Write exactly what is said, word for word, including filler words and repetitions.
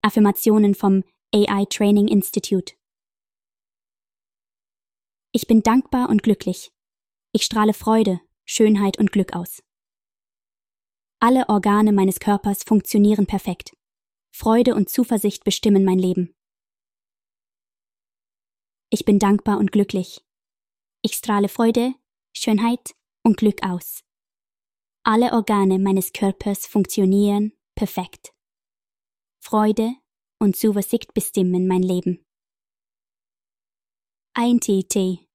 Affirmationen vom A I Training Institute. Ich bin dankbar und glücklich. Ich strahle Freude, Schönheit und Glück aus. Alle Organe meines Körpers funktionieren perfekt. Freude und Zuversicht bestimmen mein Leben. Ich bin dankbar und glücklich. Ich strahle Freude, Schönheit und Glück aus. Alle Organe meines Körpers funktionieren perfekt. Freude und Zuversicht bestimmen mein Leben. I N T T